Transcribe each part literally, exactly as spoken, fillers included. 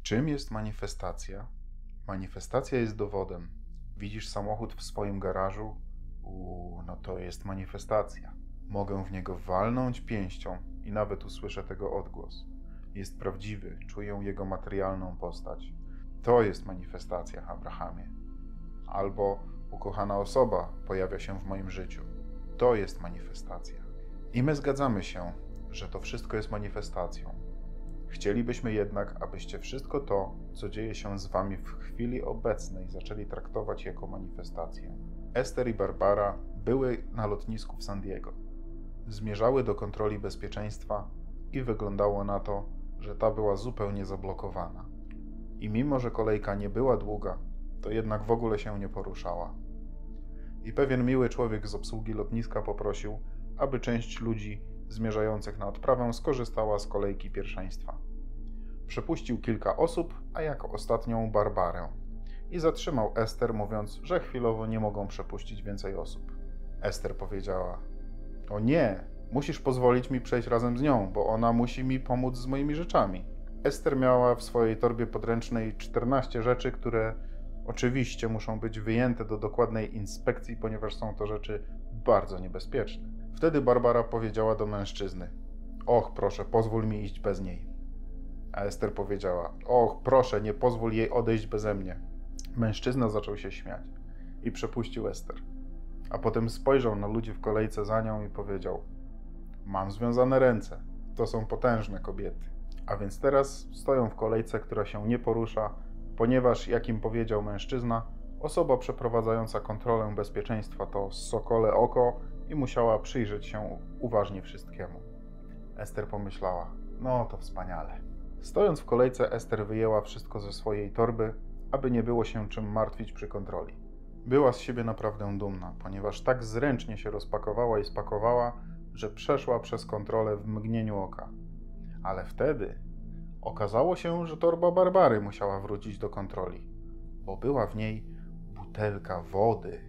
Czym jest manifestacja? Manifestacja jest dowodem. Widzisz samochód w swoim garażu? Uuu, no to jest manifestacja. Mogę w niego walnąć pięścią i nawet usłyszę tego odgłos. Jest prawdziwy, czuję jego materialną postać. To jest manifestacja, Abrahamie. Albo ukochana osoba pojawia się w moim życiu. To jest manifestacja. I my zgadzamy się, że to wszystko jest manifestacją. Chcielibyśmy jednak, abyście wszystko to, co dzieje się z wami w chwili obecnej, zaczęli traktować jako manifestację. Ester i Barbara były na lotnisku w San Diego. Zmierzały do kontroli bezpieczeństwa i wyglądało na to, że ta była zupełnie zablokowana. I mimo, że kolejka nie była długa, to jednak w ogóle się nie poruszała. I pewien miły człowiek z obsługi lotniska poprosił, aby część ludzi zmierzających na odprawę skorzystała z kolejki pierwszeństwa. Przepuścił kilka osób, a jako ostatnią Barbarę. I zatrzymał Ester, mówiąc, że chwilowo nie mogą przepuścić więcej osób. Ester powiedziała: o nie, musisz pozwolić mi przejść razem z nią, bo ona musi mi pomóc z moimi rzeczami. Ester miała w swojej torbie podręcznej czternaście rzeczy, które oczywiście muszą być wyjęte do dokładnej inspekcji, ponieważ są to rzeczy bardzo niebezpieczne. Wtedy Barbara powiedziała do mężczyzny: och, proszę, pozwól mi iść bez niej. A Ester powiedziała: och, proszę, nie pozwól jej odejść beze mnie. Mężczyzna zaczął się śmiać i przepuścił Ester. A potem spojrzał na ludzi w kolejce za nią i powiedział: mam związane ręce, to są potężne kobiety. A więc teraz stoją w kolejce, która się nie porusza, ponieważ, jak im powiedział mężczyzna, osoba przeprowadzająca kontrolę bezpieczeństwa to sokole oko i musiała przyjrzeć się uważnie wszystkiemu. Ester pomyślała: no to wspaniale. Stojąc w kolejce, Ester wyjęła wszystko ze swojej torby, aby nie było się czym martwić przy kontroli. Była z siebie naprawdę dumna, ponieważ tak zręcznie się rozpakowała i spakowała, że przeszła przez kontrolę w mgnieniu oka. Ale wtedy okazało się, że torba Barbary musiała wrócić do kontroli, bo była w niej butelka wody.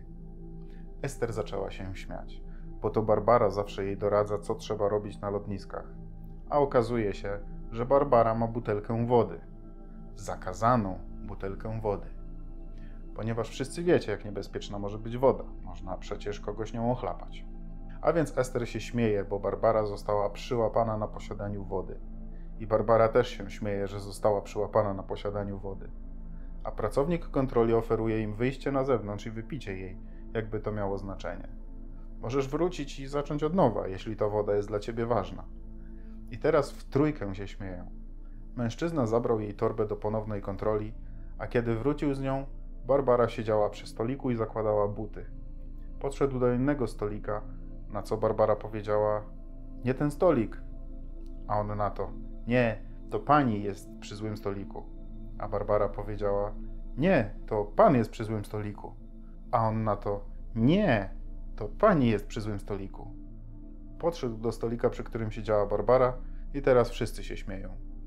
Ester zaczęła się śmiać, bo to Barbara zawsze jej doradza, co trzeba robić na lotniskach. A okazuje się, że Barbara ma butelkę wody. Zakazaną butelkę wody. Ponieważ wszyscy wiecie, jak niebezpieczna może być woda. Można przecież kogoś nią ochlapać. A więc Ester się śmieje, bo Barbara została przyłapana na posiadaniu wody. I Barbara też się śmieje, że została przyłapana na posiadaniu wody. A pracownik kontroli oferuje im wyjście na zewnątrz i wypicie jej, jakby to miało znaczenie. Możesz wrócić i zacząć od nowa, jeśli ta woda jest dla ciebie ważna. I teraz w trójkę się śmieją. Mężczyzna zabrał jej torbę do ponownej kontroli, a kiedy wrócił z nią, Barbara siedziała przy stoliku i zakładała buty. Podszedł do innego stolika, na co Barbara powiedziała: nie ten stolik. A on na to: nie, to pani jest przy złym stoliku. A Barbara powiedziała: nie, to pan jest przy złym stoliku. A on na to: nie, to pani jest przy złym stoliku. Podszedł do stolika, przy którym siedziała Barbara i teraz wszyscy się śmieją.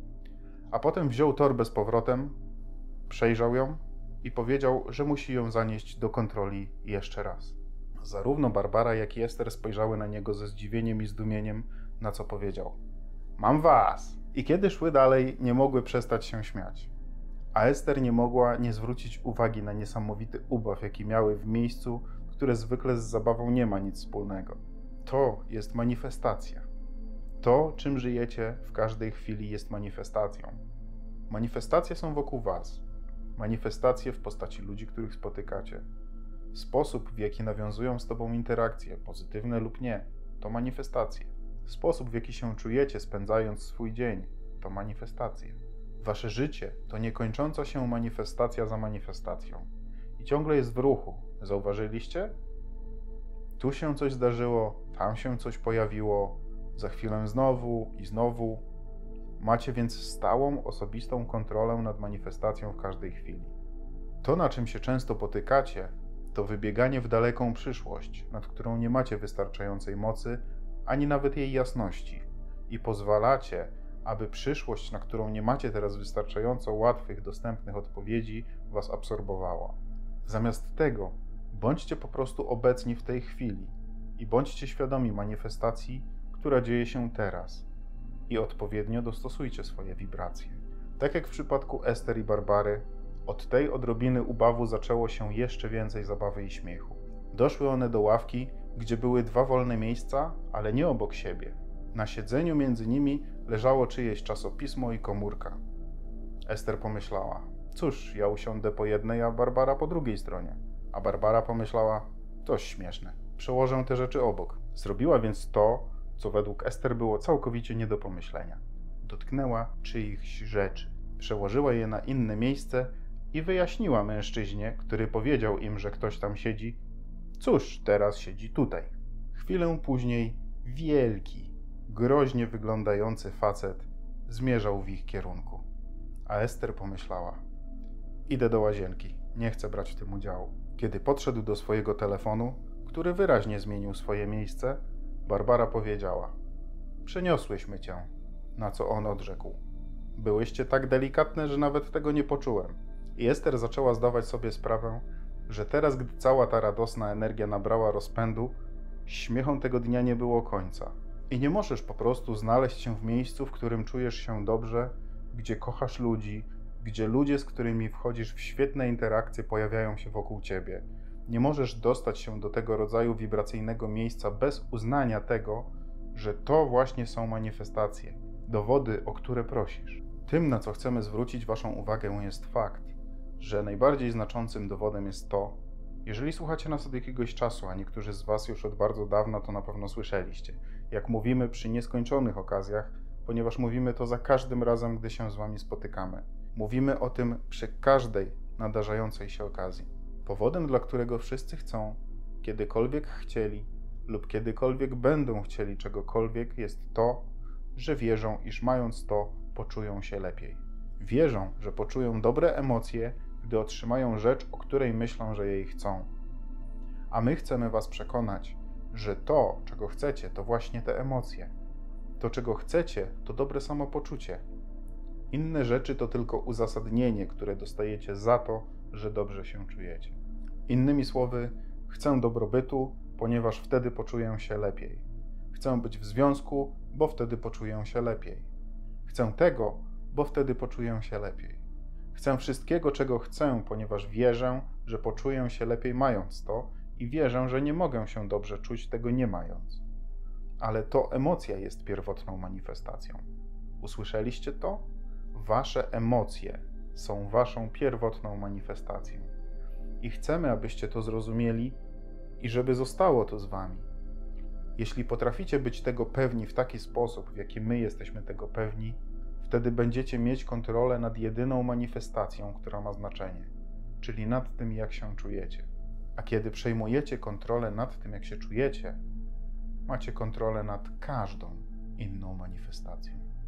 A potem wziął torbę z powrotem, przejrzał ją i powiedział, że musi ją zanieść do kontroli jeszcze raz. Zarówno Barbara, jak i Ester spojrzały na niego ze zdziwieniem i zdumieniem, na co powiedział: mam was! I kiedy szły dalej, nie mogły przestać się śmiać. A Ester nie mogła nie zwrócić uwagi na niesamowity ubaw, jaki miały w miejscu, które zwykle z zabawą nie ma nic wspólnego. To jest manifestacja. To, czym żyjecie w każdej chwili, jest manifestacją. Manifestacje są wokół was. Manifestacje w postaci ludzi, których spotykacie. Sposób, w jaki nawiązują z tobą interakcje, pozytywne lub nie, to manifestacje. Sposób, w jaki się czujecie, spędzając swój dzień, to manifestacje. Wasze życie to niekończąca się manifestacja za manifestacją. I ciągle jest w ruchu. Zauważyliście? Tu się coś zdarzyło, tam się coś pojawiło, za chwilę znowu i znowu. Macie więc stałą, osobistą kontrolę nad manifestacją w każdej chwili. To, na czym się często potykacie, to wybieganie w daleką przyszłość, nad którą nie macie wystarczającej mocy, ani nawet jej jasności. I pozwalacie, aby przyszłość, na którą nie macie teraz wystarczająco łatwych, dostępnych odpowiedzi, was absorbowała. Zamiast tego, bądźcie po prostu obecni w tej chwili i bądźcie świadomi manifestacji, która dzieje się teraz, i odpowiednio dostosujcie swoje wibracje. Tak jak w przypadku Ester i Barbary, od tej odrobiny ubawu zaczęło się jeszcze więcej zabawy i śmiechu. Doszły one do ławki, gdzie były dwa wolne miejsca, ale nie obok siebie. Na siedzeniu między nimi leżało czyjeś czasopismo i komórka. Ester pomyślała: cóż, ja usiądę po jednej, a Barbara po drugiej stronie. A Barbara pomyślała: to śmieszne, przełożę te rzeczy obok. Zrobiła więc to, co według Ester było całkowicie nie do pomyślenia. Dotknęła czyichś rzeczy, przełożyła je na inne miejsce i wyjaśniła mężczyźnie, który powiedział im, że ktoś tam siedzi: cóż, teraz siedzi tutaj. Chwilę później wielki, groźnie wyglądający facet zmierzał w ich kierunku. A Ester pomyślała: idę do łazienki, nie chcę brać w tym udziału. Kiedy podszedł do swojego telefonu, który wyraźnie zmienił swoje miejsce, Barbara powiedziała: przeniosłyśmy cię. Na co on odrzekł: byłyście tak delikatne, że nawet tego nie poczułem. I Ester zaczęła zdawać sobie sprawę, że teraz, gdy cała ta radosna energia nabrała rozpędu, śmiechom tego dnia nie było końca. I nie możesz po prostu znaleźć się w miejscu, w którym czujesz się dobrze, gdzie kochasz ludzi, gdzie ludzie, z którymi wchodzisz w świetne interakcje, pojawiają się wokół ciebie. Nie możesz dostać się do tego rodzaju wibracyjnego miejsca bez uznania tego, że to właśnie są manifestacje, dowody, o które prosisz. Tym, na co chcemy zwrócić waszą uwagę, jest fakt, że najbardziej znaczącym dowodem jest to, jeżeli słuchacie nas od jakiegoś czasu, a niektórzy z was już od bardzo dawna, to na pewno słyszeliście, jak mówimy przy nieskończonych okazjach, ponieważ mówimy to za każdym razem, gdy się z wami spotykamy. Mówimy o tym przy każdej nadarzającej się okazji. Powodem, dla którego wszyscy chcą, kiedykolwiek chcieli lub kiedykolwiek będą chcieli czegokolwiek, jest to, że wierzą, iż mając to, poczują się lepiej. Wierzą, że poczują dobre emocje, gdy otrzymają rzecz, o której myślą, że jej chcą. A my chcemy was przekonać, że to, czego chcecie, to właśnie te emocje. To, czego chcecie, to dobre samopoczucie. Inne rzeczy to tylko uzasadnienie, które dostajecie za to, że dobrze się czujecie. Innymi słowy, chcę dobrobytu, ponieważ wtedy poczuję się lepiej. Chcę być w związku, bo wtedy poczuję się lepiej. Chcę tego, bo wtedy poczuję się lepiej. Chcę wszystkiego, czego chcę, ponieważ wierzę, że poczuję się lepiej mając to i wierzę, że nie mogę się dobrze czuć tego nie mając. Ale to emocja jest pierwotną manifestacją. Usłyszeliście to? Wasze emocje są waszą pierwotną manifestacją. I chcemy, abyście to zrozumieli i żeby zostało to z wami. Jeśli potraficie być tego pewni w taki sposób, w jaki my jesteśmy tego pewni, wtedy będziecie mieć kontrolę nad jedyną manifestacją, która ma znaczenie, czyli nad tym, jak się czujecie. A kiedy przejmujecie kontrolę nad tym, jak się czujecie, macie kontrolę nad każdą inną manifestacją.